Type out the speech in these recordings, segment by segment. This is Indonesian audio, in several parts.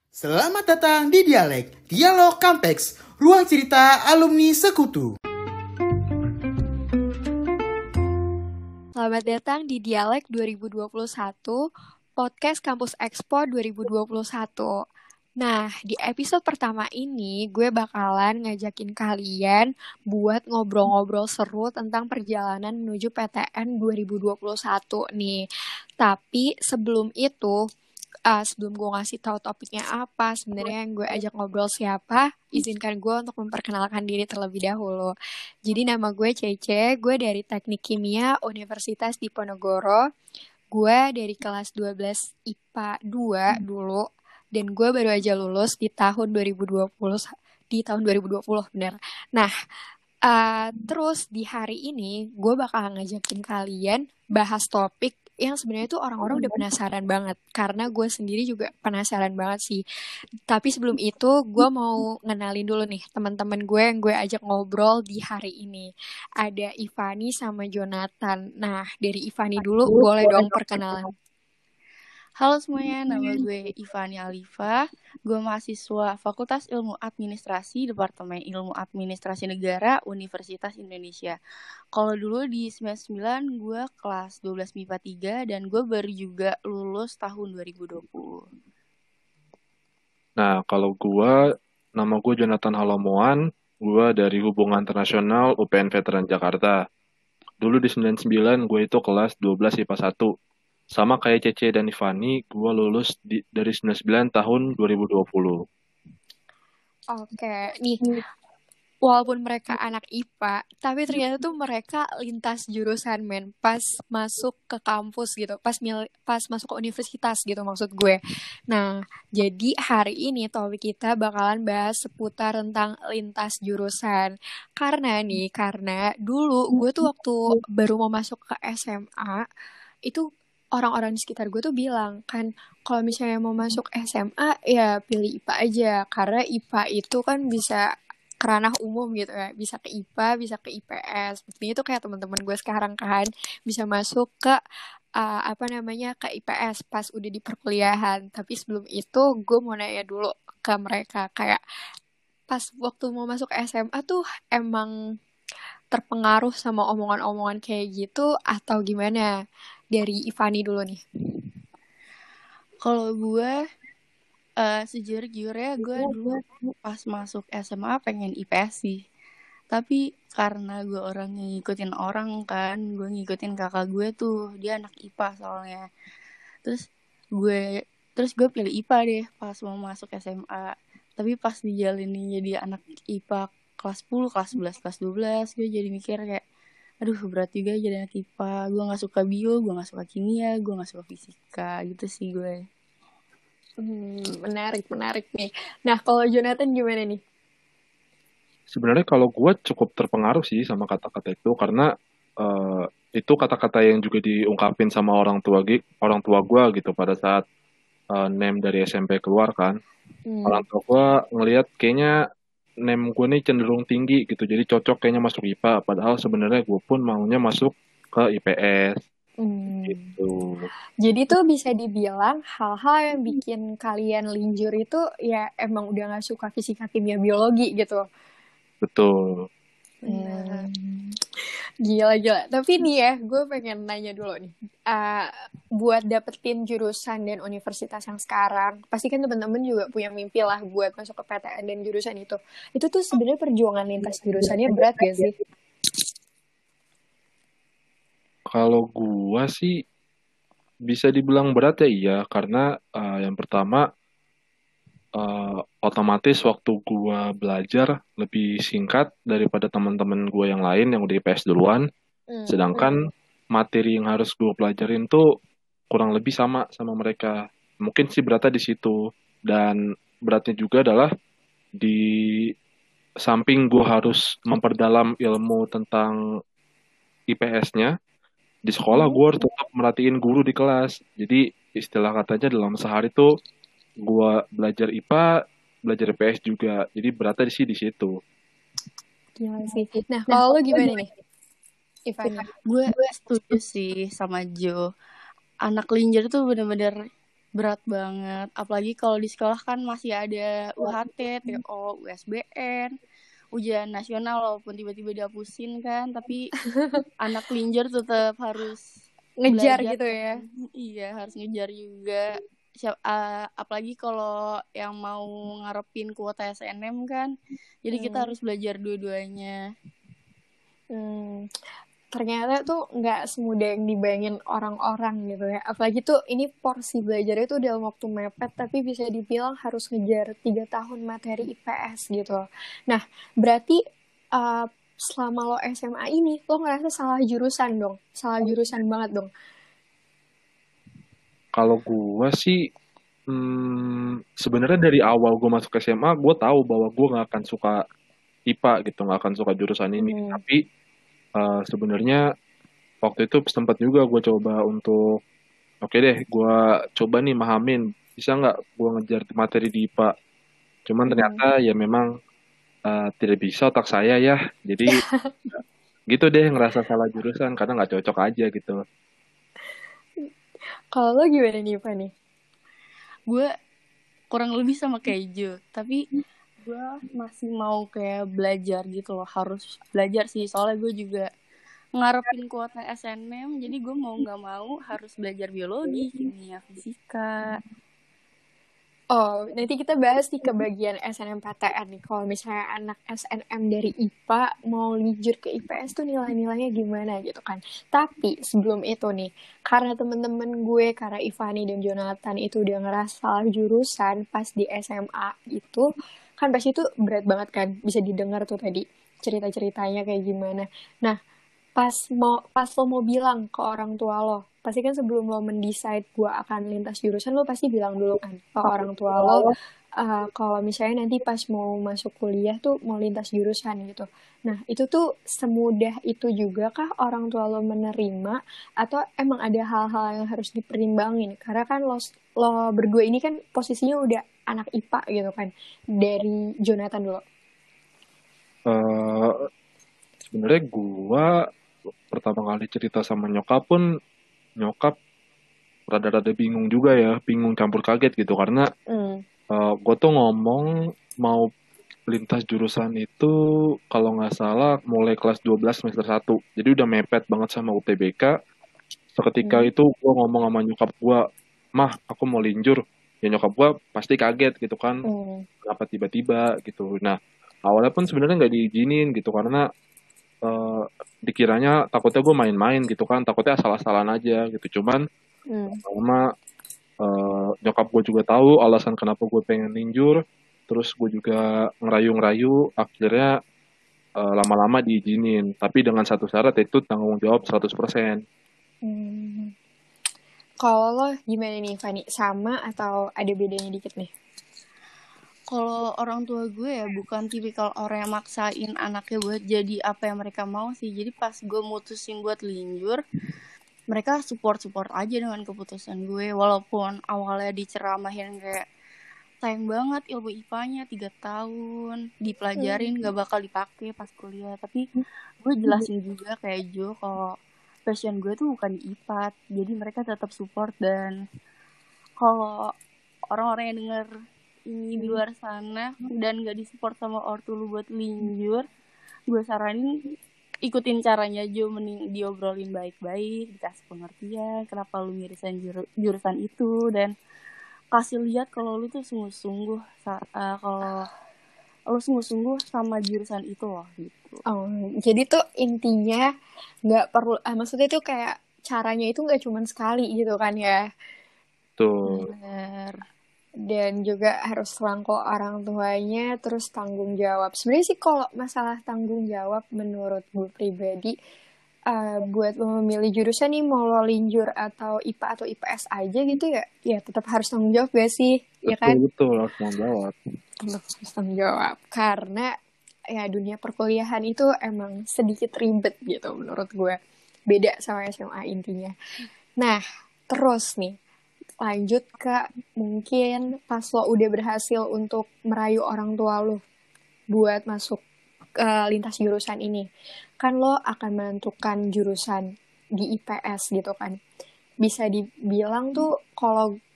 Selamat datang di Dialek, Dialog Kampex, ruang cerita alumni sekutu. Selamat datang di Dialek 2021, podcast Kampus Expo 2021. Nah, di episode pertama ini gue bakalan ngajakin kalian buat ngobrol-ngobrol seru tentang perjalanan menuju PTN 2021 nih. Tapi sebelum itu, sebelum gue ngasih tahu topiknya apa, sebenarnya yang gue ajak ngobrol siapa, izinkan gue untuk memperkenalkan diri terlebih dahulu. Jadi nama gue Cece, gue dari Teknik Kimia Universitas Diponegoro. Gue dari kelas 12 IPA 2 dulu, dan gue baru aja lulus di tahun 2020, benar. Nah, terus di hari ini gue bakal ngajakin kalian bahas topik yang sebenarnya tuh orang-orang udah penasaran banget, karena gue sendiri juga penasaran banget sih. Tapi sebelum itu gue mau ngenalin dulu nih teman-teman gue yang gue ajak ngobrol di hari ini. Ada Ivani sama Jonathan. Nah, dari Ivani dulu boleh dong perkenalan. Halo semuanya, nama gue Ivani Alifa. Gue mahasiswa Fakultas Ilmu Administrasi, Departemen Ilmu Administrasi Negara, Universitas Indonesia. Kalau dulu di 99 gue kelas 12 MIPA 3 dan gue baru juga lulus tahun 2020. Nah, kalau nama gue Jonathan Halomoan, gue dari Hubungan Internasional UPN Veteran Jakarta. Dulu di 99 gue itu kelas 12 IPA 1. Sama kayak Cece dan Ivani, gue lulus dari 99 tahun 2020. Oke, nih walaupun mereka anak IPA, tapi ternyata tuh mereka lintas jurusan pas masuk ke kampus gitu, pas masuk ke universitas gitu maksud gue. Nah, jadi hari ini topik kita bakalan bahas seputar tentang lintas jurusan. Karena dulu gue tuh waktu baru mau masuk ke SMA, itu orang-orang di sekitar gue tuh bilang kan, kalau misalnya mau masuk SMA ya pilih IPA aja, karena IPA itu kan bisa keranah umum gitu ya, bisa ke IPA, bisa ke IPS. Buktinya itu kayak teman-teman gue sekarang kan bisa masuk ke ke IPS pas udah di perkuliahan. Tapi sebelum itu gue mau nanya dulu ke mereka, kayak pas waktu mau masuk SMA tuh emang terpengaruh sama omongan-omongan kayak gitu atau gimana? Dari Ivani dulu nih. Kalau gue sejujurnya gue dulu pas masuk SMA pengen IPS sih. Tapi karena gue orang yang ngikutin orang kan, gue ngikutin kakak gue tuh, dia anak IPA soalnya. Terus gue pilih IPA deh pas mau masuk SMA. Tapi pas dijalanin jadi anak IPA kelas 10, kelas 11, kelas 12, gue jadi mikir kayak, aduh berat juga jadi anak IPA. Gue gak suka bio, gue gak suka kimia, gue gak suka fisika, gitu sih gue. Menarik nih. Nah, kalau Jonathan gimana nih? Sebenarnya kalau gue cukup terpengaruh sih sama kata-kata itu, karena itu kata-kata yang juga diungkapin sama orang tua gue gitu pada saat name dari SMP keluar kan. Orang tua gue ngelihat kayaknya name gue nih cenderung tinggi gitu, jadi cocok kayaknya masuk IPA, padahal sebenarnya gue pun maunya masuk ke IPS gitu. Jadi tuh bisa dibilang hal-hal yang bikin kalian linjur itu ya emang udah gak suka fisika, kimia, biologi gitu. Betul. Gila. Tapi nih ya, gue pengen nanya dulu nih. Buat dapetin jurusan dan universitas yang sekarang, pasti kan teman-teman juga punya mimpi lah buat masuk ke PTN dan jurusan itu. Itu tuh sebenarnya perjuangan lintas jurusannya berat gak sih? Kalau gue sih bisa dibilang berat ya, iya, karena yang pertama otomatis waktu gue belajar lebih singkat daripada teman-teman gue yang lain yang udah IPS duluan. Sedangkan materi yang harus gue pelajarin tuh kurang lebih sama mereka. Mungkin sih beratnya di situ. Dan beratnya juga adalah di samping gue harus memperdalam ilmu tentang IPS-nya, di sekolah gue harus tetap merhatiin guru di kelas. Jadi istilah katanya dalam sehari tuh gue belajar IPA, belajar IPS juga. Jadi beratnya di situ. Gimana sih? Nah, kalau lo gimana nih, Ivani? Gue setuju sih sama Jo. Anak linjur tuh bener-bener Berat banget. Apalagi kalau di sekolah kan masih ada UHT, TO, USBN, ujian nasional walaupun tiba-tiba dihapusin kan. Tapi anak linjur tetap harus Ngejar belajar gitu kan. ya. Iya, harus ngejar juga. Apalagi kalau yang mau ngarepin kuota SNM kan. Jadi kita harus belajar dua-duanya. Ternyata tuh nggak semudah yang dibayangin orang-orang gitu ya. Apalagi tuh ini porsi belajarnya tuh dalam waktu mepet, tapi bisa dibilang harus ngejar 3 tahun materi IPS gitu. Nah, berarti selama lo SMA ini, lo ngerasa salah jurusan dong? Salah jurusan banget dong? Kalau gue sih sebenarnya dari awal gue masuk SMA gue tahu bahwa gue nggak akan suka IPA gitu, nggak akan suka jurusan ini. Tapi sebenarnya waktu itu sempat juga gue coba untuk oke deh gue coba nih mahamin bisa nggak gue ngejar materi di IPA. Cuman ternyata ya memang tidak bisa otak saya ya. Jadi gitu deh ngerasa salah jurusan karena nggak cocok aja gitu. Kalau lo gimana nih, Pak nih? Gue kurang lebih sama kayak Jo, tapi gue masih mau kayak belajar gitu loh. Harus belajar sih, soalnya gue juga ngarepin kuota SNM, jadi gue mau nggak mau harus belajar biologi, kimia, fisika. Oh, nanti kita bahas nih ke bagian SNMPTN nih. Kalau misalnya anak SNM dari IPA mau linjur ke IPS tuh nilai-nilainya gimana gitu kan. Tapi sebelum itu nih, karena temen-temen gue, karena Ivani dan Jonathan itu udah ngerasa salah jurusan pas di SMA itu, kan pasti itu berat banget kan. Bisa didengar tuh tadi cerita-ceritanya kayak gimana. Nah, pas lo mau bilang ke orang tua lo, pasti kan sebelum lo mendecide gue akan lintas jurusan, lo pasti bilang dulu kan ke orang tua lo kalau misalnya nanti pas mau masuk kuliah tuh mau lintas jurusan gitu. Nah, itu tuh semudah itu juga kah orang tua lo menerima, atau emang ada hal-hal yang harus dipertimbangin? Karena kan lo berdua ini kan posisinya udah anak IPA gitu kan. Dari Jonathan dulu. Sebenarnya gue pertama kali cerita sama nyokap pun nyokap rada-rada bingung juga ya, bingung campur kaget gitu karena gue tuh ngomong mau lintas jurusan itu kalau nggak salah mulai kelas 12 semester 1. Jadi udah mepet banget sama UTBK. Seketika itu gue ngomong sama nyokap gue, "Mah, aku mau linjur." Ya nyokap gue pasti kaget gitu kan. Kenapa tiba-tiba gitu. Nah, awalnya pun sebenarnya nggak diizinin gitu karena dikiranya takutnya gue main-main gitu kan, takutnya asal-asalan aja gitu. Cuman lama nyokap gue juga tahu alasan kenapa gue pengen linjur, terus gue juga ngerayu-ngerayu, akhirnya lama-lama diizinin, tapi dengan satu syarat yaitu tanggung jawab 100%. Kalau lo gimana nih Fanny, sama atau ada bedanya dikit nih? Kalau orang tua gue ya bukan tipikal orang yang maksain anaknya buat jadi apa yang mereka mau sih. Jadi pas gue mutusin buat linjur, mereka support aja dengan keputusan gue. Walaupun awalnya diceramahin kayak sayang banget ilmu IPA-nya 3 tahun dipelajarin gak bakal dipakai pas kuliah. Tapi gue jelasin juga kayak Jo kalau passion gue tuh bukan di IPA. Jadi mereka tetap support. Dan kalau orang-orang yang denger ini di luar sana dan gak disupport sama ortu lu buat linjur, gue saranin ikutin caranya Jo, mending diobrolin baik-baik, dikasih pengertian kenapa lu mirisan jurusan itu, dan kasih lihat kalau lu tuh sungguh-sungguh kalau lu sungguh-sungguh sama jurusan itu loh gitu. Oh, jadi tuh intinya nggak perlu, maksudnya tuh kayak caranya itu nggak cuma sekali gitu kan ya? Tuh. Bener. Dan juga harus rangkul orang tuanya, terus tanggung jawab. Sebenarnya sih kalau masalah tanggung jawab menurut gue pribadi, buat lo memilih jurusan nih mau lo linjur atau IPA atau IPS aja gitu ya tetap harus tanggung jawab gak sih? Ya kan? Betul, harus tanggung jawab. Tetap harus tanggung jawab. Karena ya dunia perkuliahan itu emang sedikit ribet gitu menurut gue. Beda sama SMA intinya. Nah, terus nih, lanjut ke mungkin pas lo udah berhasil untuk merayu orang tua lo buat masuk ke lintas jurusan ini. Kan lo akan menentukan jurusan di IPS gitu kan. Bisa dibilang tuh kalau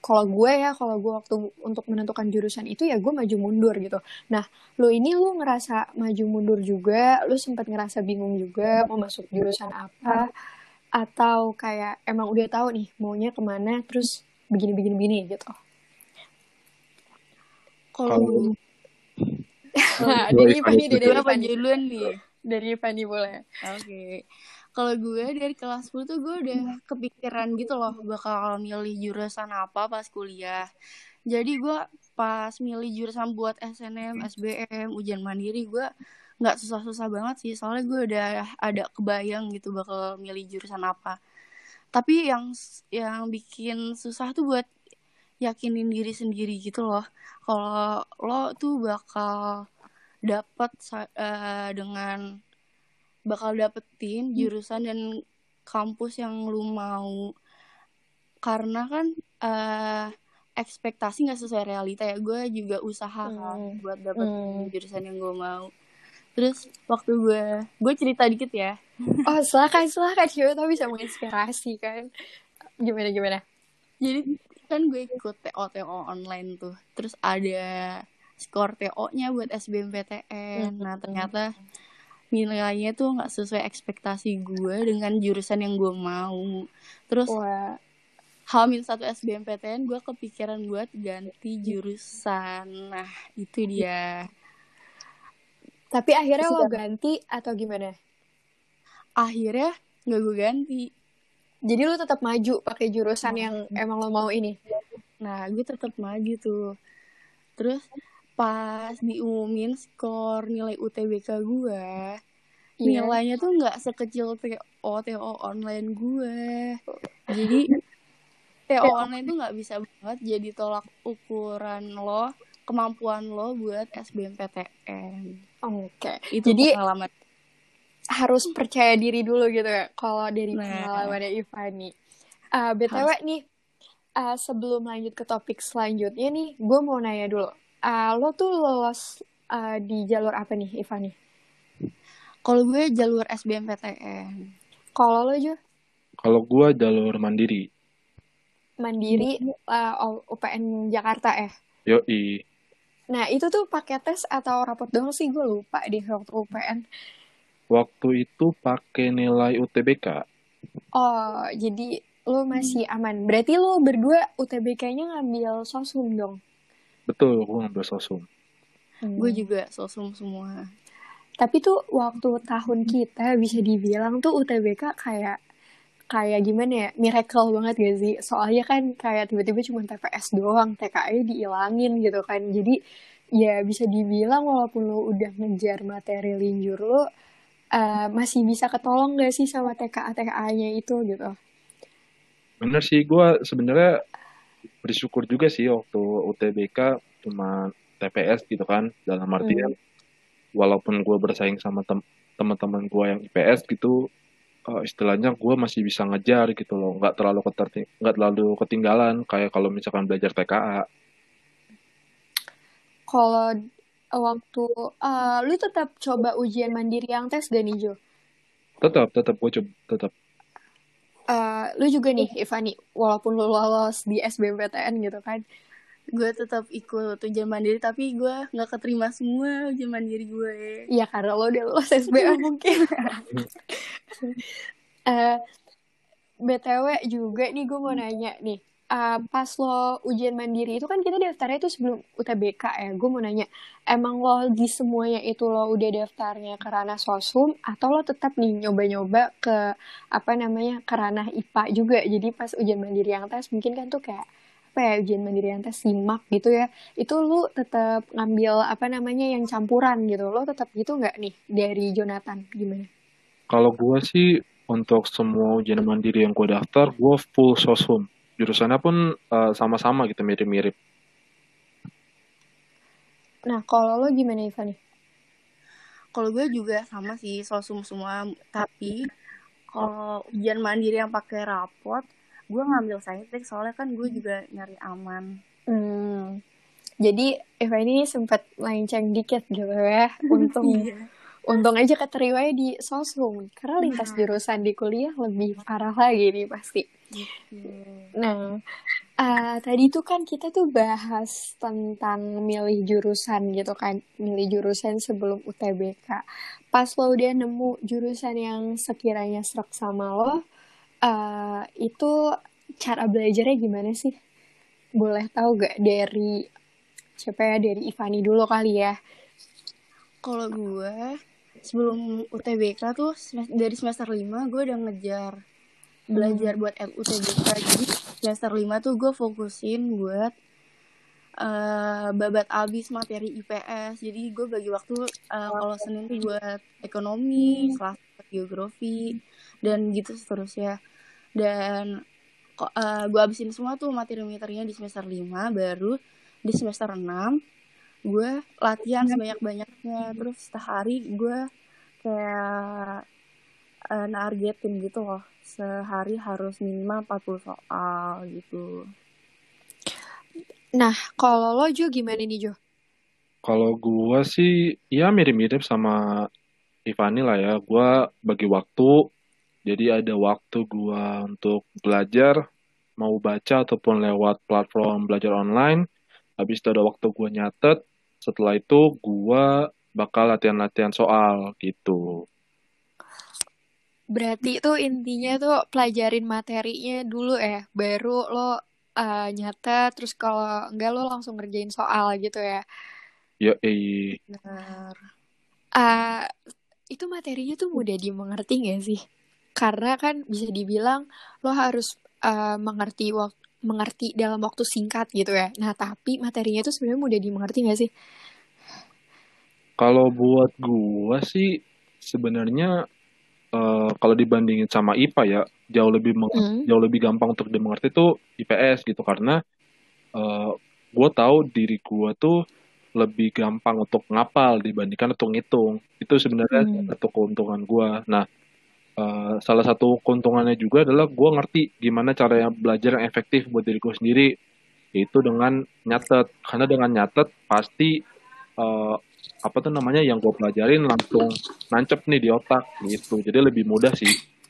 kalau gue waktu untuk menentukan jurusan itu ya gue maju mundur gitu. Nah, lu ngerasa maju mundur juga, lu sempat ngerasa bingung juga mau masuk jurusan apa, atau kayak emang udah tahu nih maunya kemana, terus begini gitu. Kalau dari Fanny duluan nih. Dari Fanny boleh. Oke. Kalau gue dari kelas 10 tuh gue udah kepikiran gitu loh bakal milih jurusan apa pas kuliah. Jadi gue pas milih jurusan buat SNM, SBM, ujian mandiri gue nggak susah-susah banget sih. Soalnya gue udah ada kebayang gitu bakal milih jurusan apa. Tapi yang bikin susah tuh buat yakinin diri sendiri gitu loh. Kalau lo tuh bakal dapetin jurusan dan kampus yang lu mau, karena kan ekspektasi nggak sesuai realita ya. Gue juga usaha kan buat dapetin jurusan yang gue mau. Terus waktu gue cerita dikit ya. Oh silakan Cewek, tapi bisa menginspirasi kan. Gimana? Jadi kan gue ikut TO online tuh. Terus ada skor TO-nya buat SBMPTN. Nah ternyata nilainya tuh nggak sesuai ekspektasi gue dengan jurusan yang gue mau. Terus H-1 SBMPTN gue kepikiran buat ganti jurusan. Nah itu dia. Tapi akhirnya lo ganti atau gimana? Akhirnya nggak gue ganti. Jadi lo tetap maju pakai jurusan yang emang lo mau ini? Nah gue tetap maju tuh. Terus pas diumumin skor nilai UTBK gue, nilainya tuh nggak sekecil TO online gue. Jadi TO online tuh nggak bisa banget jadi tolak ukuran lo, kemampuan lo buat SBMPTN. Oke. Itu jadi pengalaman. Harus percaya diri dulu gitu ya. Kalau dari pengalamannya Ivani. BTW nih, sebelum lanjut ke topik selanjutnya nih, gue mau nanya dulu. Lo tuh lolos di jalur apa nih, Ivani? Kalau gue jalur SBMPTN. Kalau lo, Jo? Kalau gue jalur mandiri. Mandiri UPN Jakarta ya? Yoi. Nah, itu tuh pakai tes atau rapot doang sih? Gue lupa di waktu UPN. Waktu itu pakai nilai UTBK. Oh, jadi lo masih aman. Berarti lo berdua UTBK-nya ngambil sosum dong? Betul, gue ngambil sosum. Gue juga sosum semua. Tapi tuh waktu tahun kita bisa dibilang tuh UTBK kayak gimana ya, miracle banget gak sih? Soalnya kan kayak tiba-tiba cuma TPS doang, TKI diilangin gitu kan. Jadi ya bisa dibilang walaupun lo udah ngejar materi linjur lo, masih bisa ketolong gak sih sama TKA-TKA-nya itu gitu? Bener sih, gue sebenarnya bersyukur juga sih waktu UTBK cuma TPS gitu kan, dalam artian walaupun gue bersaing sama teman-teman gue yang IPS gitu, istilahnya gue masih bisa ngejar gitu loh, nggak terlalu ketinggalan kayak kalau misalkan belajar TKA. Kalau waktu lu tetap coba ujian mandiri yang tes gak nih, Jo? Tetap gue coba tetap. Lu juga nih, Ivani, walaupun lu lolos di SBMPTN gitu kan, gue tetap ikut ujian mandiri, tapi gue nggak keterima semua ujian mandiri gue. Iya, karena lo udah lolos SBM mungkin. BTW juga nih gue mau nanya nih, pas lo ujian mandiri itu kan kita daftarnya itu sebelum UTBK ya. Gue mau nanya, emang lo di semuanya itu lo udah daftarnya ke ranah sosum atau lo tetap nih nyoba-nyoba ke ke ranah IPA juga? Jadi pas ujian mandiri yang tes mungkin kan tuh kayak ujian mandiri yang tes SIMAK gitu ya, itu lo tetap ngambil yang campuran gitu, lo tetap gitu nggak nih dari Jonathan, gimana? Kalau gue sih untuk semua ujian mandiri yang gue daftar, gue full sosum. Jurusannya pun sama-sama gitu, mirip-mirip. Nah, kalau lo gimana, Ivani? Kalau gue juga sama sih, sosum semua. Tapi kalau ujian mandiri yang pakai rapot, gue ngambil saintek soalnya kan gue juga nyari aman. Jadi Ivani sempat melenceng dikit gitu ya, untung aja keterimanya di sosum, karena lintas jurusan di kuliah lebih parah lagi nih pasti. Nah, Tadi tuh kan kita tuh bahas tentang milih jurusan gitu kan, milih jurusan sebelum UTBK. Pas lo udah nemu jurusan yang sekiranya serak sama lo, itu cara belajarnya gimana sih? Boleh tahu gak dari siapa ya? Dari Ivani dulu kali ya. Kalau gue sebelum UTBK tuh dari semester 5 gue udah ngejar belajar buat UTBK. Jadi semester 5 tuh gue fokusin buat babat abis materi IPS. Jadi gue bagi waktu kalau Senin tuh buat ekonomi, Selasa buat geografi, dan gitu seterusnya. Dan gue abisin semua tuh materi-materinya di semester 5, baru di semester 6 gue latihan sebanyak-banyaknya. Terus sehari gue kayak nargetin gitu loh, sehari harus minimal 40 soal gitu. Nah, kalau lo Jo gimana nih Jo? Kalau gue sih ya mirip-mirip sama Ivani lah ya. Gue bagi waktu, jadi ada waktu gue untuk belajar, mau baca ataupun lewat platform belajar online. Habis itu ada waktu gue nyatet. Setelah itu gue bakal latihan-latihan soal gitu. Berarti tuh intinya tuh pelajarin materinya dulu ya, baru lo nyatet, terus kalau enggak lo langsung ngerjain soal gitu ya. Ya, Benar. Itu materinya tuh mudah dimengerti gak sih? Karena kan bisa dibilang lo harus mengerti dalam waktu singkat gitu ya. Nah, tapi materinya tuh sebenarnya mudah dimengerti gak sih? Kalau buat gue sih sebenarnya kalau dibandingin sama IPA ya jauh lebih gampang untuk dimengerti tuh IPS gitu, karena gue tahu diri gue tuh lebih gampang untuk ngapal dibandingkan untuk ngitung. Itu sebenarnya satu keuntungan gue. Nah, salah satu keuntungannya juga adalah gue ngerti gimana caranya belajar yang efektif buat diri gue sendiri, yaitu dengan nyatet. Karena dengan nyatet pasti yang gue pelajarin langsung nancep nih di otak gitu. Jadi lebih mudah sih.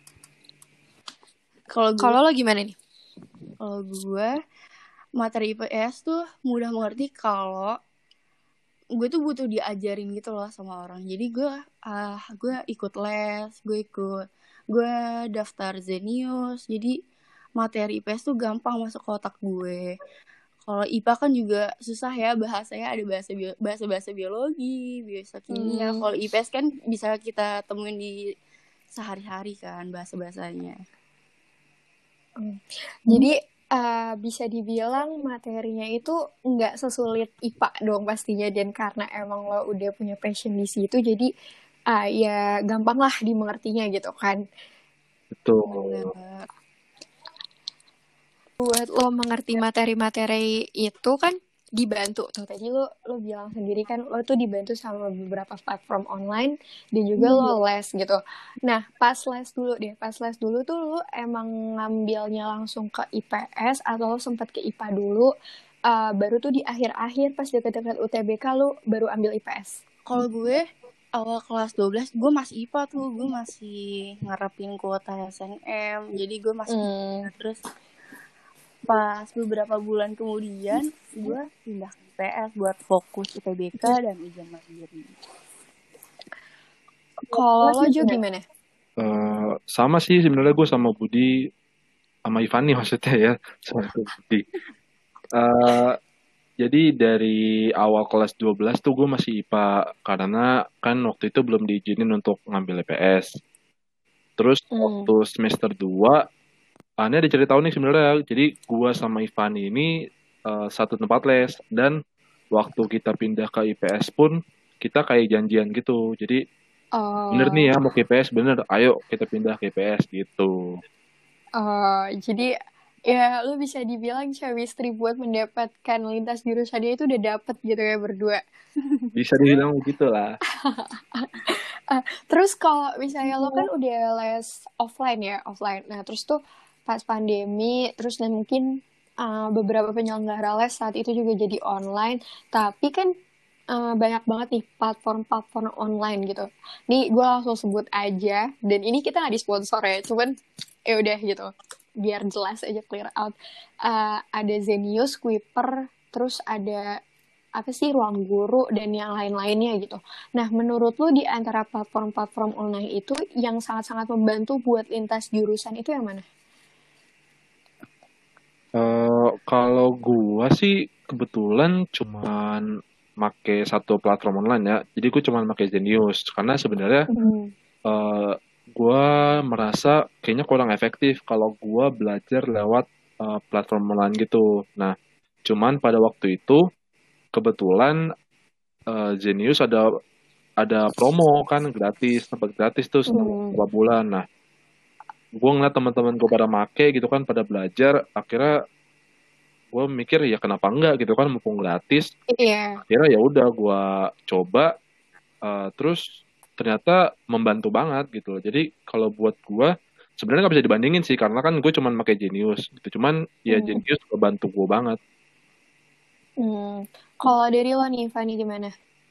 Kalau lo gimana nih? Kalau gue materi IPS tuh mudah mengerti kalau gue tuh butuh diajarin gitu loh sama orang. Jadi gue ikut les, gue daftar Zenius. Jadi materi IPS tuh gampang masuk ke otak gue. Kalau IPA kan juga susah ya bahasanya, ada bahasa biologi, bahasa kimia. Kalau IPS kan bisa kita temuin di sehari-hari kan bahasanya. Jadi bisa dibilang materinya itu nggak sesulit IPA dong pastinya, dan karena emang lo udah punya passion di situ, jadi ya gampang lah dimengertinya gitu kan. Betul. Buat lo mengerti materi-materi itu kan dibantu tuh, tadi lo bilang sendiri kan lo tuh dibantu sama beberapa platform online dan juga lo les gitu. Nah, pas les dulu tuh lo emang ngambilnya langsung ke IPS atau lo sempat ke IPA dulu, baru tuh di akhir-akhir pas deket-deket UTBK lo baru ambil IPS? Kalau gue awal kelas 12 gue masih IPA tuh, gue masih ngarepin kuota SNM, jadi gue masih terus pas beberapa bulan kemudian gue pindah ke IPS buat fokus UTBK dan ujian mandiri. Kalau lo juga gimana? Sama sih sebenarnya, gue sama Budi, sama Ivani maksudnya ya, sama Budi. Jadi dari awal kelas 12 tuh gue masih IPA, karena kan waktu itu belum diizinin untuk ngambil IPS. Terus waktu semester 2, ini ada cerita unik sebenarnya. Jadi gue sama Ivani ini satu tempat les, dan waktu kita pindah ke IPS pun kita kayak janjian gitu. Jadi bener nih ya mau ke IPS, bener, ayo kita pindah ke IPS gitu. Jadi ya lu bisa dibilang chemistry buat mendapatkan lintas jurusannya itu udah dapet gitu ya berdua. Bisa dibilang begitu lah. Terus kalau misalnya lo kan udah les offline. Nah terus tuh pas pandemi, terus dan mungkin beberapa penyelenggara les saat itu juga jadi online, tapi kan banyak banget nih platform online gitu. Nih gue langsung sebut aja, dan ini kita nggak disponsor ya, cuman ya udah gitu. biar jelas aja, clear out. Ada Zenius, Kuiper, terus ada apa sih, Ruang Guru, dan yang lain-lainnya gitu. Nah, menurut lu di antara platform-platform online itu yang sangat-sangat membantu buat lintas jurusan itu yang mana? Kalau gua sih kebetulan cuman make satu platform online ya. Jadi gue cuman make Zenius karena sebenarnya eh, gua merasa kayaknya kurang efektif kalau gua belajar lewat platform online gitu. Nah, cuman pada waktu itu kebetulan Zenius ada promo kan gratis, tempat gratis tuh selama 2 bulan. Nah, gue ngeliat teman-teman gue pada make gitu kan, pada belajar. Akhirnya gue mikir ya kenapa enggak gitu kan, mumpung gratis. Iya. Akhirnya ya udah gue coba, terus ternyata membantu banget gitu. Jadi kalau buat gue sebenarnya nggak bisa dibandingin sih karena kan gue cuman pakai Genius gitu. Cuman ya Genius ngebantu gue banget. Kalau dari lo nih, Fanny, gimana?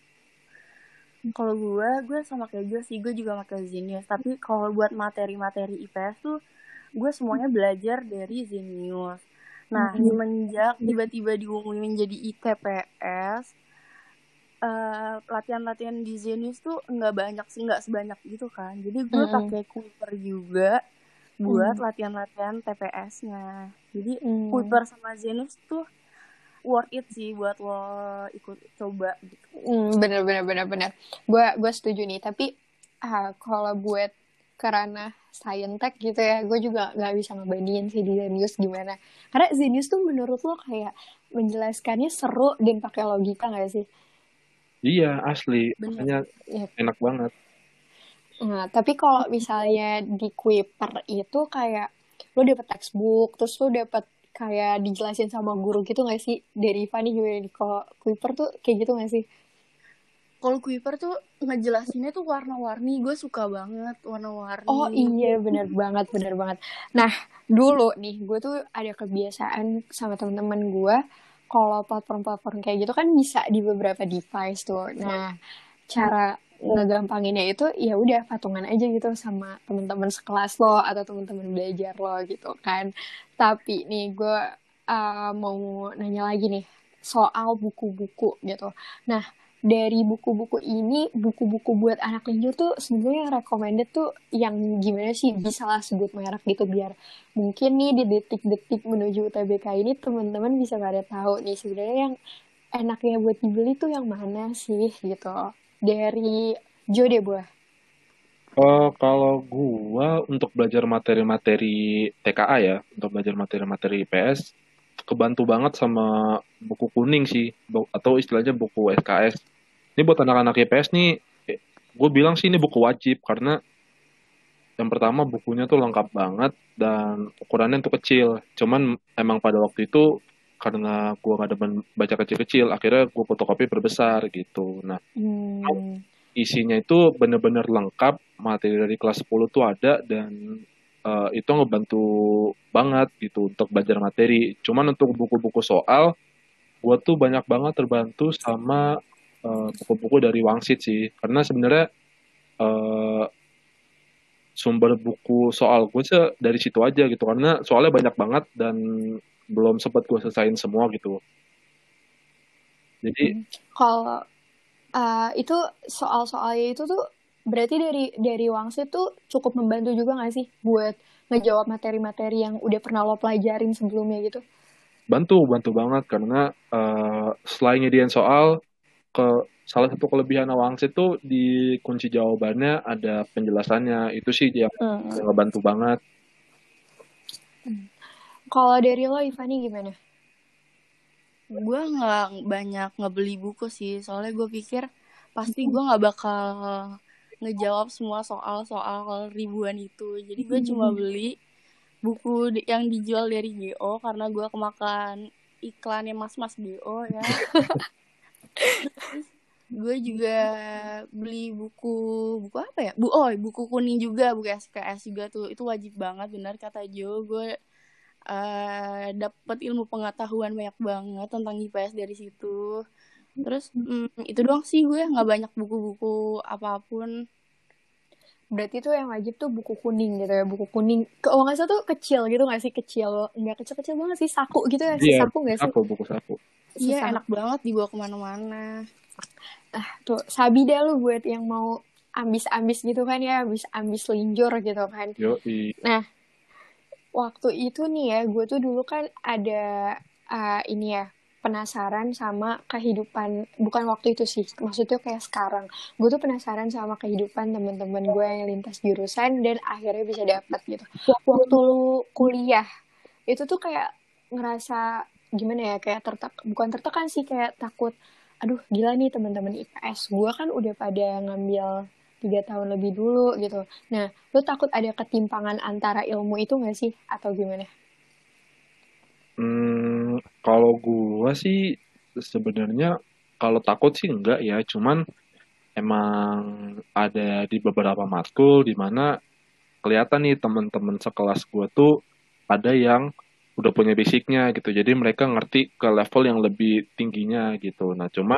Kalau gue sama kayak gue sih, gue juga pakai Zenius. Tapi kalau buat materi-materi IPS tuh, gue semuanya belajar dari Zenius. Nah, semenjak tiba-tiba diumumin jadi ITPS, latihan-latihan di Zenius tuh nggak sebanyak gitu kan. Jadi gue pakai Kuiper juga buat latihan-latihan TPS-nya. Jadi Kuiper sama Zenius tuh worth it sih buat lo ikut coba gitu. Bener. Gue setuju nih. Tapi kalau buat karena Scientech gitu ya, gue juga nggak bisa ngebandingin sih di Zenius gimana. Karena Zenius tuh menurut lo kayak menjelaskannya seru dan pakai logika nggak sih? Iya asli, makanya enak banget. Nah, tapi kalau misalnya di Kuiper itu kayak lo dapet textbook, terus lo dapet kayak dijelasin sama guru gitu gak sih? Dari Fanny gimana nih? Kalau Kuiper tuh kayak gitu gak sih? Kalau Kuiper tuh ngejelasinnya tuh warna-warni. Gue suka banget warna-warni. Oh iya, bener banget. Nah, dulu nih, gue tuh ada kebiasaan sama teman-teman gue, kalau platform-platform kayak gitu kan bisa di beberapa device tuh. Nah, cara ngegampanginnya itu ya udah patungan aja gitu sama teman-teman sekelas lo atau teman-teman belajar lo gitu kan. Tapi nih gue mau nanya lagi nih soal buku-buku gitu. Nah, dari buku-buku ini, buku-buku buat anak linjur tuh sebenarnya yang recommended tuh yang gimana sih? Bisa lah sebut merek gitu biar mungkin nih di detik-detik menuju UTBK ini teman-teman bisa pada tahu nih sebenarnya yang enaknya buat dibeli tuh yang mana sih gitu. Dari Jo deh, Buah. Kalau gua untuk belajar materi-materi TKA ya, untuk belajar materi-materi IPS, kebantu banget sama buku kuning sih, atau istilahnya buku SKS. Ini buat anak-anak IPS nih, gue bilang sih ini buku wajib, karena yang pertama bukunya tuh lengkap banget, dan ukurannya tuh kecil. Cuman emang pada waktu itu, karena gue gak demen baca kecil-kecil, akhirnya gue fotokopi perbesar gitu. Nah, isinya itu bener-bener lengkap, materi dari kelas 10 tuh ada, dan itu ngebantu banget gitu untuk belajar materi. Cuman untuk buku-buku soal, gue tuh banyak banget terbantu sama buku-buku dari Wangsit sih. Karena sebenarnya sumber buku soal gue sih dari situ aja gitu. Karena soalnya banyak banget dan belum sempat gue selesain semua gitu. Jadi kalau itu soal-soalnya itu tuh berarti dari Wangsit tuh cukup membantu juga nggak sih buat ngejawab materi-materi yang udah pernah lo pelajarin sebelumnya gitu? Bantu banget karena selain nyediain soal, salah satu kelebihan Wangsit tuh di kunci jawabannya ada penjelasannya. Itu sih yang ngebantu banget. Kalau dari lo, Ivani, gimana? Gue nggak banyak ngebeli buku sih, soalnya gue pikir pasti gue nggak bakal ngejawab semua soal-soal ribuan itu. Jadi gue cuma beli buku yang dijual dari GO karena gue kemakan iklannya mas-mas GO ya. Terus gue juga beli buku apa ya? Buku kuning juga, buku SKS juga tuh. Itu wajib banget, benar kata Jo. Gue dapat ilmu pengetahuan banyak banget tentang IPS dari situ. Terus itu doang sih, gue nggak banyak buku-buku apapun. berarti tuh yang wajib tuh buku kuning gitu ya, buku kuning. Kalau nggak salah tuh kecil gitu nggak sih, nggak kecil-kecil banget sih, saku gitu ya, Iya, sesaku nggak sih? buku saku. Iya, Sesaku. enak banget dibawa kemana-mana. Nah, tuh sabi deh lu buat yang mau ambis-ambis gitu kan ya, ambis linjur gitu kan. Yoi. Nah, waktu itu nih ya, gue tuh dulu kan ada ini ya, penasaran sama kehidupan, bukan waktu itu sih, maksudnya kayak sekarang. Gue tuh penasaran sama kehidupan teman-teman gue yang lintas jurusan dan akhirnya bisa dapat gitu. Waktu lu kuliah, itu tuh kayak ngerasa gimana ya, kayak bukan tertekan sih, kayak takut, aduh gila nih teman-teman IPS gue kan udah pada ngambil 3 tahun lebih dulu gitu. Nah, lu takut ada ketimpangan antara ilmu itu nggak sih? Atau gimana? Kalau gua sih sebenarnya kalau takut sih enggak ya, cuman emang ada di beberapa matkul di mana kelihatan nih teman-teman sekelas gua tuh ada yang udah punya basicnya gitu, jadi mereka ngerti ke level yang lebih tingginya gitu. Nah, cuman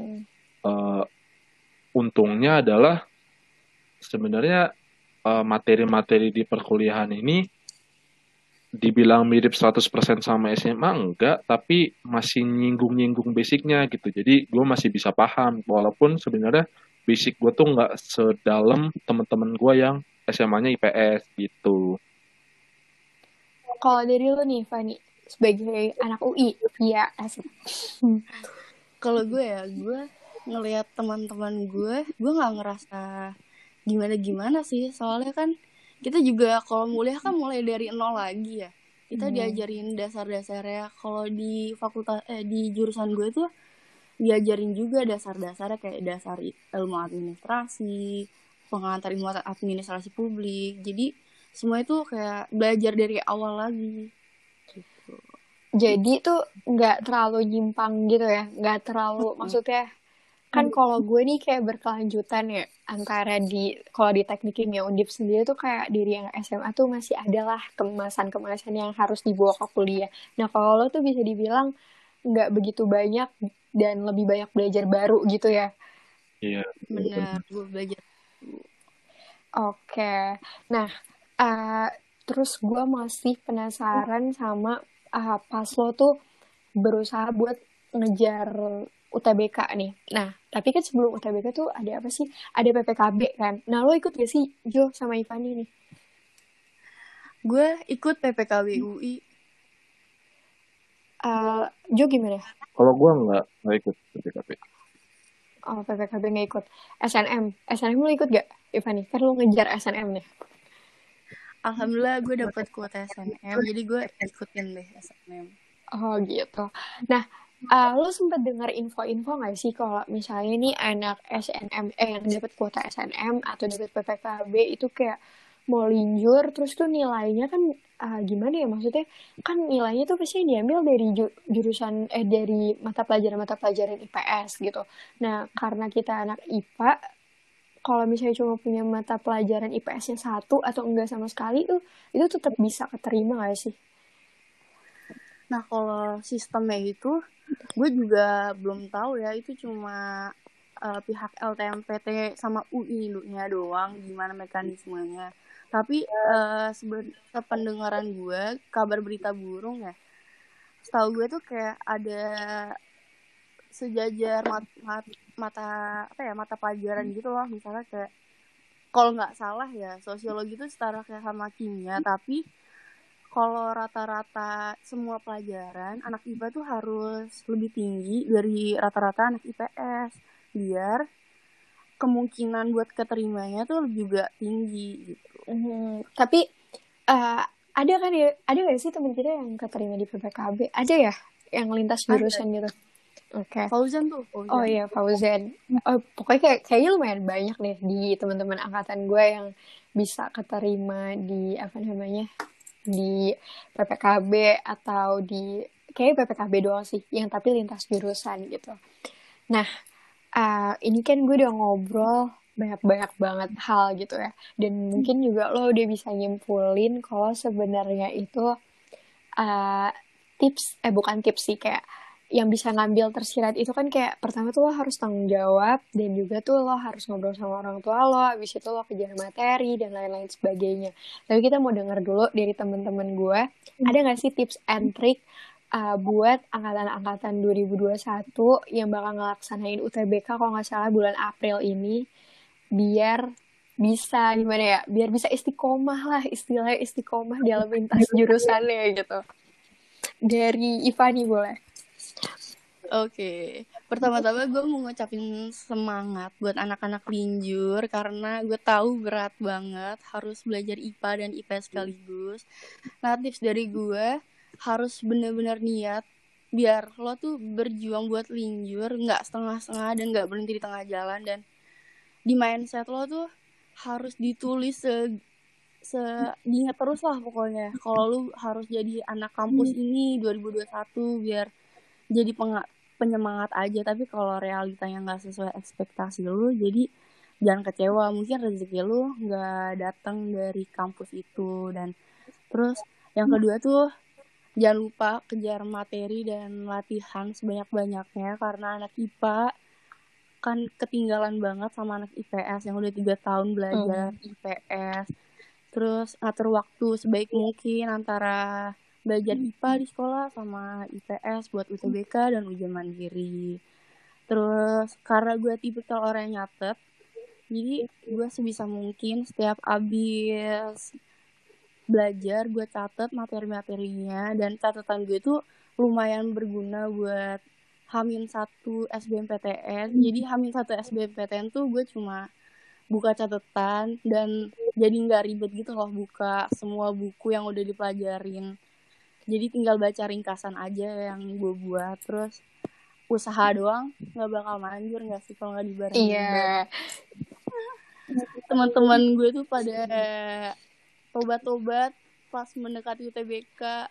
untungnya adalah sebenarnya materi-materi di perkuliahan ini dibilang mirip 100% sama SMA enggak, tapi masih nyinggung-nyinggung basicnya gitu. Jadi gue masih bisa paham, walaupun sebenarnya basic gue tuh nggak sedalam teman-teman gue yang SMA-nya IPS gitu. Kalau dari lu nih, Fani, sebagai anak UI, ya asik. Kalau gue ngelihat teman-teman gue nggak ngerasa gimana-gimana sih. Soalnya kan kita juga kalau kuliah kan mulai dari nol lagi ya. Kita diajarin dasar-dasarnya. Kalau di di jurusan gue tuh diajarin juga dasar-dasarnya, kayak dasar ilmu administrasi, pengantar ilmu administrasi publik. Jadi semua itu kayak belajar dari awal lagi gitu. Jadi tuh nggak terlalu nyimpang gitu ya, nggak terlalu, maksudnya kan kalau gue nih kayak berkelanjutan ya, antara kalau di teknik kimia Undip sendiri tuh kayak dari yang SMA tuh masih ada lah kemasan-kemasan yang harus dibawa ke kuliah. Nah kalau lo tuh bisa dibilang nggak begitu banyak dan lebih banyak belajar baru gitu ya. Iya. Benar, gue belajar. Oke. Nah, terus gue masih penasaran sama pas lo tuh berusaha buat ngejar UTBK nih. Nah, tapi kan sebelum UTBK tuh ada apa sih? Ada PPKB kan. Nah, lo ikut gak sih, Jo, sama Ivani nih? Gue ikut PPKB UI. Jo gimana? Kalau gue nggak ikut PPKB. Oh, PPKB nggak ikut. SNM lo ikut gak, Ivani? Kan lo ngejar SNM nih. Alhamdulillah gue dapet kuota SNM, jadi gue ikutin deh SNM. Oh gitu. Nah, lo sempat dengar info-info nggak sih kalau misalnya nih anak SNM yang dapat kuota SNM atau dapat PPKB itu kayak mau linjur, terus tuh nilainya kan gimana ya, maksudnya kan nilainya tuh pasti diambil dari jurusan dari mata pelajaran IPS gitu. Nah, karena kita anak IPA, kalau misalnya cuma punya mata pelajaran IPS-nya 1 atau enggak sama sekali itu tetap bisa keterima nggak sih? Nah, kalau sistemnya itu gue juga belum tahu ya, itu cuma pihak LTMPT sama UI-nya doang gimana mekanismenya. Tapi sependengaran gue, kabar berita burung ya, setahu gue tuh kayak ada sejajar mata pelajaran gitu loh. Misalnya kayak kalau nggak salah ya, sosiologi itu setara kayak sama kimia, tapi kalau rata-rata semua pelajaran anak IPA tuh harus lebih tinggi dari rata-rata anak IPS biar kemungkinan buat keterimanya tuh juga tinggi gitu. Tapi ada kan ya, ada nggak sih teman kita yang keterima di PPKB? Ada ya yang lintas jurusan gitu? Oke. Fauzan tuh. Oh iya, Fauzan. Pokoknya kayaknya lumayan banyak deh di teman-teman angkatan gue yang bisa keterima di di PPKB atau kayak PPKB doang sih, yang tapi lintas jurusan gitu. Nah, ini kan gue udah ngobrol banyak banget hal gitu ya, dan mungkin juga lo udah bisa nyimpulin kalau sebenarnya itu bukan tips sih, kayak yang bisa ngambil tersirat itu kan kayak pertama tuh lo harus tanggung jawab dan juga tuh lo harus ngobrol sama orang tua lo, habis itu lo kejar materi dan lain-lain sebagainya. Tapi kita mau denger dulu dari teman-teman gue, ada nggak sih tips and trick buat angkatan-angkatan 2021 yang bakal ngelaksanain UTBK kalau nggak salah bulan April ini, biar bisa gimana ya, biar bisa istiqomah lah, istilahnya istiqomah dalam lintas jurusannya gitu. Dari Ivani boleh. Oke, pertama-tama gue mau ngucapin semangat buat anak-anak Linjur karena gue tahu berat banget harus belajar IPA dan IPS sekaligus. Nah, tips dari gue harus bener-bener niat biar lo tuh berjuang buat Linjur, nggak setengah-setengah dan nggak berhenti di tengah jalan, dan di mindset lo tuh harus ditulis diingat terus lah pokoknya kalau lu harus jadi anak kampus ini 2021 biar jadi penyemangat aja. Tapi kalau realitanya nggak sesuai ekspektasi lu, jadi jangan kecewa, mungkin rezeki lu nggak datang dari kampus itu. Dan terus yang kedua tuh jangan lupa kejar materi dan latihan sebanyak-banyaknya, karena anak IPA kan ketinggalan banget sama anak IPS yang udah 3 tahun belajar IPS. Terus ngatur waktu sebaik mungkin antara belajar IPA di sekolah sama IPS buat UTBK dan ujian mandiri. Terus karena gue tipikal orang yang nyatet, jadi gue sebisa mungkin setiap abis belajar gue catat materi-materinya, dan catatan gue tuh lumayan berguna buat H-1 SBMPTN. Jadi H-1 SBMPTN tuh gue cuma buka catatan dan jadi nggak ribet gitu loh buka semua buku yang udah dipelajarin. Jadi tinggal baca ringkasan aja yang gue buat. Terus usaha doang nggak bakal manjur nggak sih kalau nggak dibarengin. Iya. Teman-teman gue tuh pada tobat-tobat pas mendekati UTBK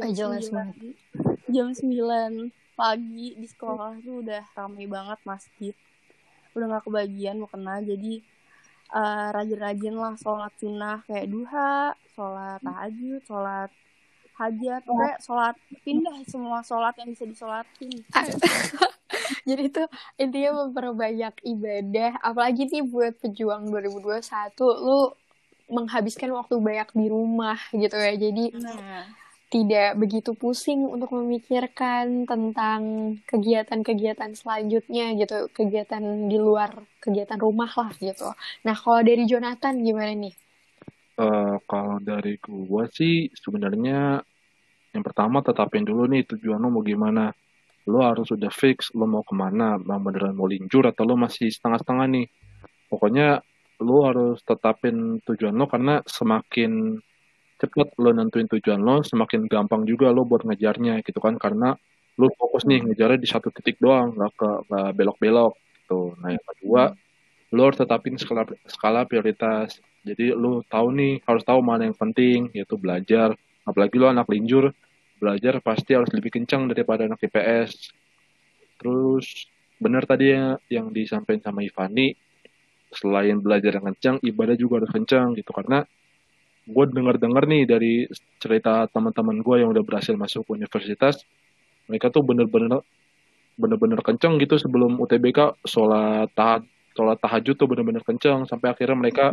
jam 9 pagi di sekolah tuh udah ramai banget masjid. Udah nggak kebagian mau kena, jadi rajin-rajin lah sholat sunnah kayak duha, sholat tahajud, sholat hajat, kayak sholat pindah semua sholat yang bisa disolatin. Jadi itu intinya memperbanyak ibadah, apalagi nih buat pejuang 2021, lu menghabiskan waktu banyak di rumah gitu ya, jadi tidak begitu pusing untuk memikirkan tentang kegiatan-kegiatan selanjutnya gitu, kegiatan di luar kegiatan rumah lah gitu. Nah, kalau dari Jonathan gimana nih? Kalau dari gua sih sebenarnya yang pertama tetapin dulu nih tujuan lo mau gimana. Lo harus udah fix lo mau kemana, mau beneran mau linjur atau lo masih setengah-setengah nih. Pokoknya lo harus tetapin tujuan lo, karena semakin cepet lo nentuin tujuan lo, semakin gampang juga lo buat ngejarnya gitu kan, karena lo fokus nih ngejarnya di satu titik doang, nggak belok-belok gitu. Nah yang kedua, lo harus tetapin skala prioritas. Jadi lo tahu nih, harus tahu mana yang penting, yaitu belajar. Apalagi lo anak linjur, belajar pasti harus lebih kencang daripada anak IPS. Terus benar tadi yang disampaikan sama Ivani, selain belajar yang kencang, ibadah juga harus kencang gitu, karena gue dengar nih dari cerita teman-teman gue yang udah berhasil masuk universitas, mereka tuh bener-bener kenceng gitu sebelum UTBK, sholat tahajud tuh bener-bener kenceng sampai akhirnya mereka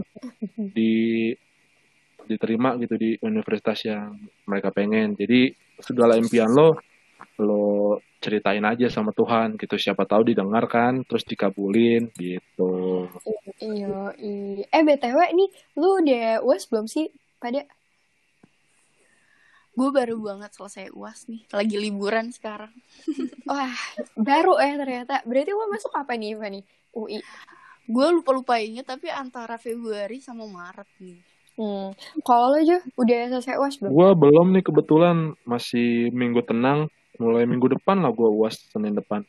diterima gitu di universitas yang mereka pengen. Jadi segala impian lo ceritain aja sama Tuhan gitu, siapa tahu didengarkan terus dikabulin gitu. Iya. BTW nih, lu udah UAS belum sih pada? Gue baru banget selesai UAS nih, lagi liburan sekarang. Wah, baru ternyata. Berarti lu masuk apa nih, Ivani? UI. Gue lupa-lupainnya, tapi antara Februari sama Maret nih. Kalau lo aja udah selesai UAS belum? Gue belum nih, kebetulan masih minggu tenang. Mulai minggu depan lah gue UAS, Senin depan.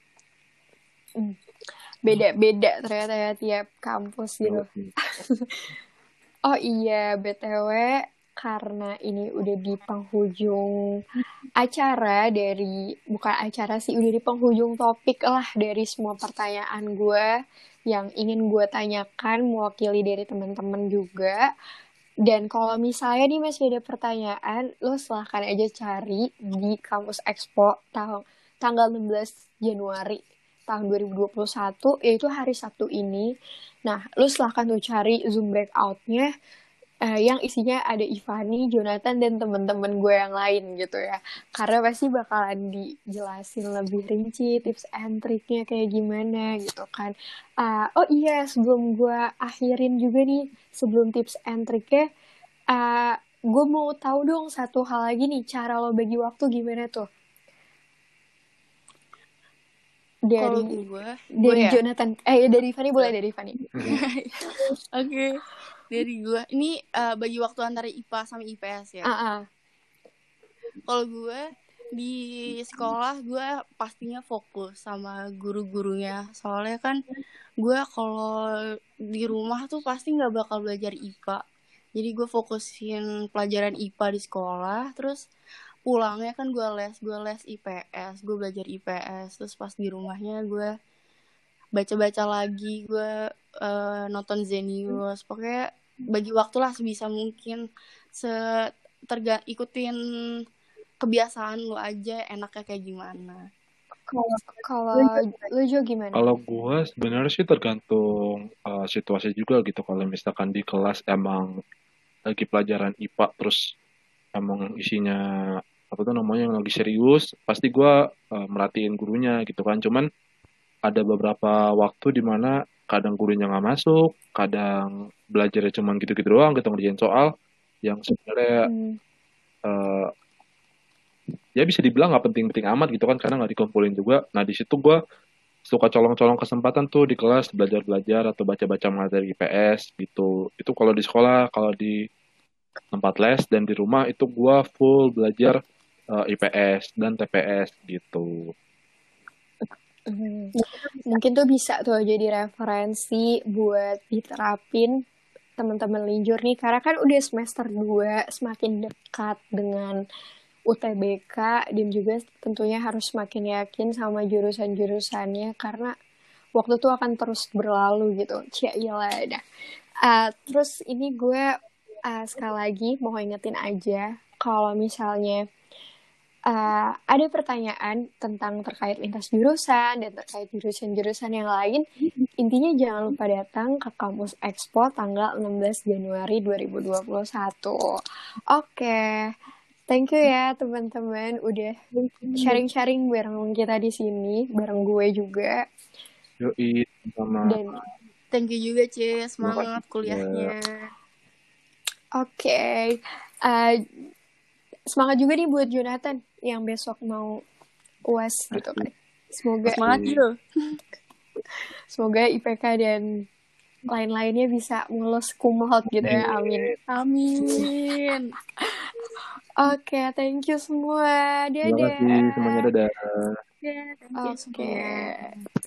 Beda-beda ternyata ya tiap kampus gitu. Oh iya, BTW karena ini udah di penghujung acara bukan acara sih, udah di penghujung topik lah dari semua pertanyaan gue yang ingin gue tanyakan mewakili dari teman-teman juga. Dan kalau misalnya nih masih ada pertanyaan, lo silahkan aja cari di Kampus Expo tanggal 16 Januari tahun 2021, yaitu hari Sabtu ini. Nah, lu silahkan tuh cari Zoom breakout-nya yang isinya ada Ivani, Jonathan, dan temen-temen gue yang lain gitu ya. Karena pasti bakalan dijelasin lebih rinci tips and triknya kayak gimana gitu kan. Oh iya, sebelum gue akhirin juga nih, sebelum tips and triknya, gue mau tahu dong satu hal lagi nih, cara lo bagi waktu gimana tuh? Kalau Dari gue ya? Jonathan, dari Fanny boleh, dari Fanny. Oke. Dari gue, ini bagi waktu antara IPA sama IPS ya. Kalau gue di sekolah gue pastinya fokus sama guru-gurunya. Soalnya kan gue kalau di rumah tuh pasti nggak bakal belajar IPA. Jadi gue fokusin pelajaran IPA di sekolah, terus pulangnya kan gue les IPS, gue belajar IPS. Terus pas di rumahnya gue baca-baca lagi, gue nonton Zenius. Pokoknya bagi waktu lah sebisa mungkin, ikutin kebiasaan lu aja enaknya kayak gimana. Kalau lu juga gimana? Kalau gue sebenarnya sih tergantung situasi juga gitu. Kalau misalkan di kelas emang lagi pelajaran IPA terus emang isinya apa tuh namanya yang lagi serius, pasti gue merhatiin gurunya gitu kan. Cuman ada beberapa waktu di mana kadang gurunya nggak masuk, kadang belajarnya cuman gitu-gitu doang, gitu ngerjain soal yang sebenarnya ya bisa dibilang nggak penting-penting amat gitu kan, karena nggak dikumpulin juga. Nah di situ gue suka colong-colong kesempatan tuh di kelas belajar-belajar atau baca-baca materi IPS gitu. Itu kalau di sekolah. Kalau di tempat les dan di rumah itu gue full belajar IPS dan TPS gitu. Mungkin tuh bisa tuh jadi referensi buat diterapin teman-teman linjur nih, karena kan udah semester 2, semakin dekat dengan UTBK, dan juga tentunya harus semakin yakin sama jurusan-jurusannya, karena waktu tuh akan terus berlalu gitu. Cailah. Terus ini gue sekali lagi mau ingetin aja, kalau misalnya ada pertanyaan tentang terkait lintas jurusan dan terkait jurusan-jurusan yang lain, intinya jangan lupa datang ke Kampus Expo tanggal 16 Januari 2021. Oke. Thank you ya teman-teman udah sharing-sharing bareng kita di sini, bareng gue juga. Yoi, sama. Dan thank you juga, Cie. Semangat kuliahnya. Oke. Semangat juga nih buat Jonathan yang besok mau UAS gitu kan. Semoga semangat yuk. Semoga IPK dan lain-lainnya bisa lulus cum laude gitu ya. Amin. Amin. Oke, thank you semua. Dadah. Terima kasih semuanya, dadah. Thank you semua.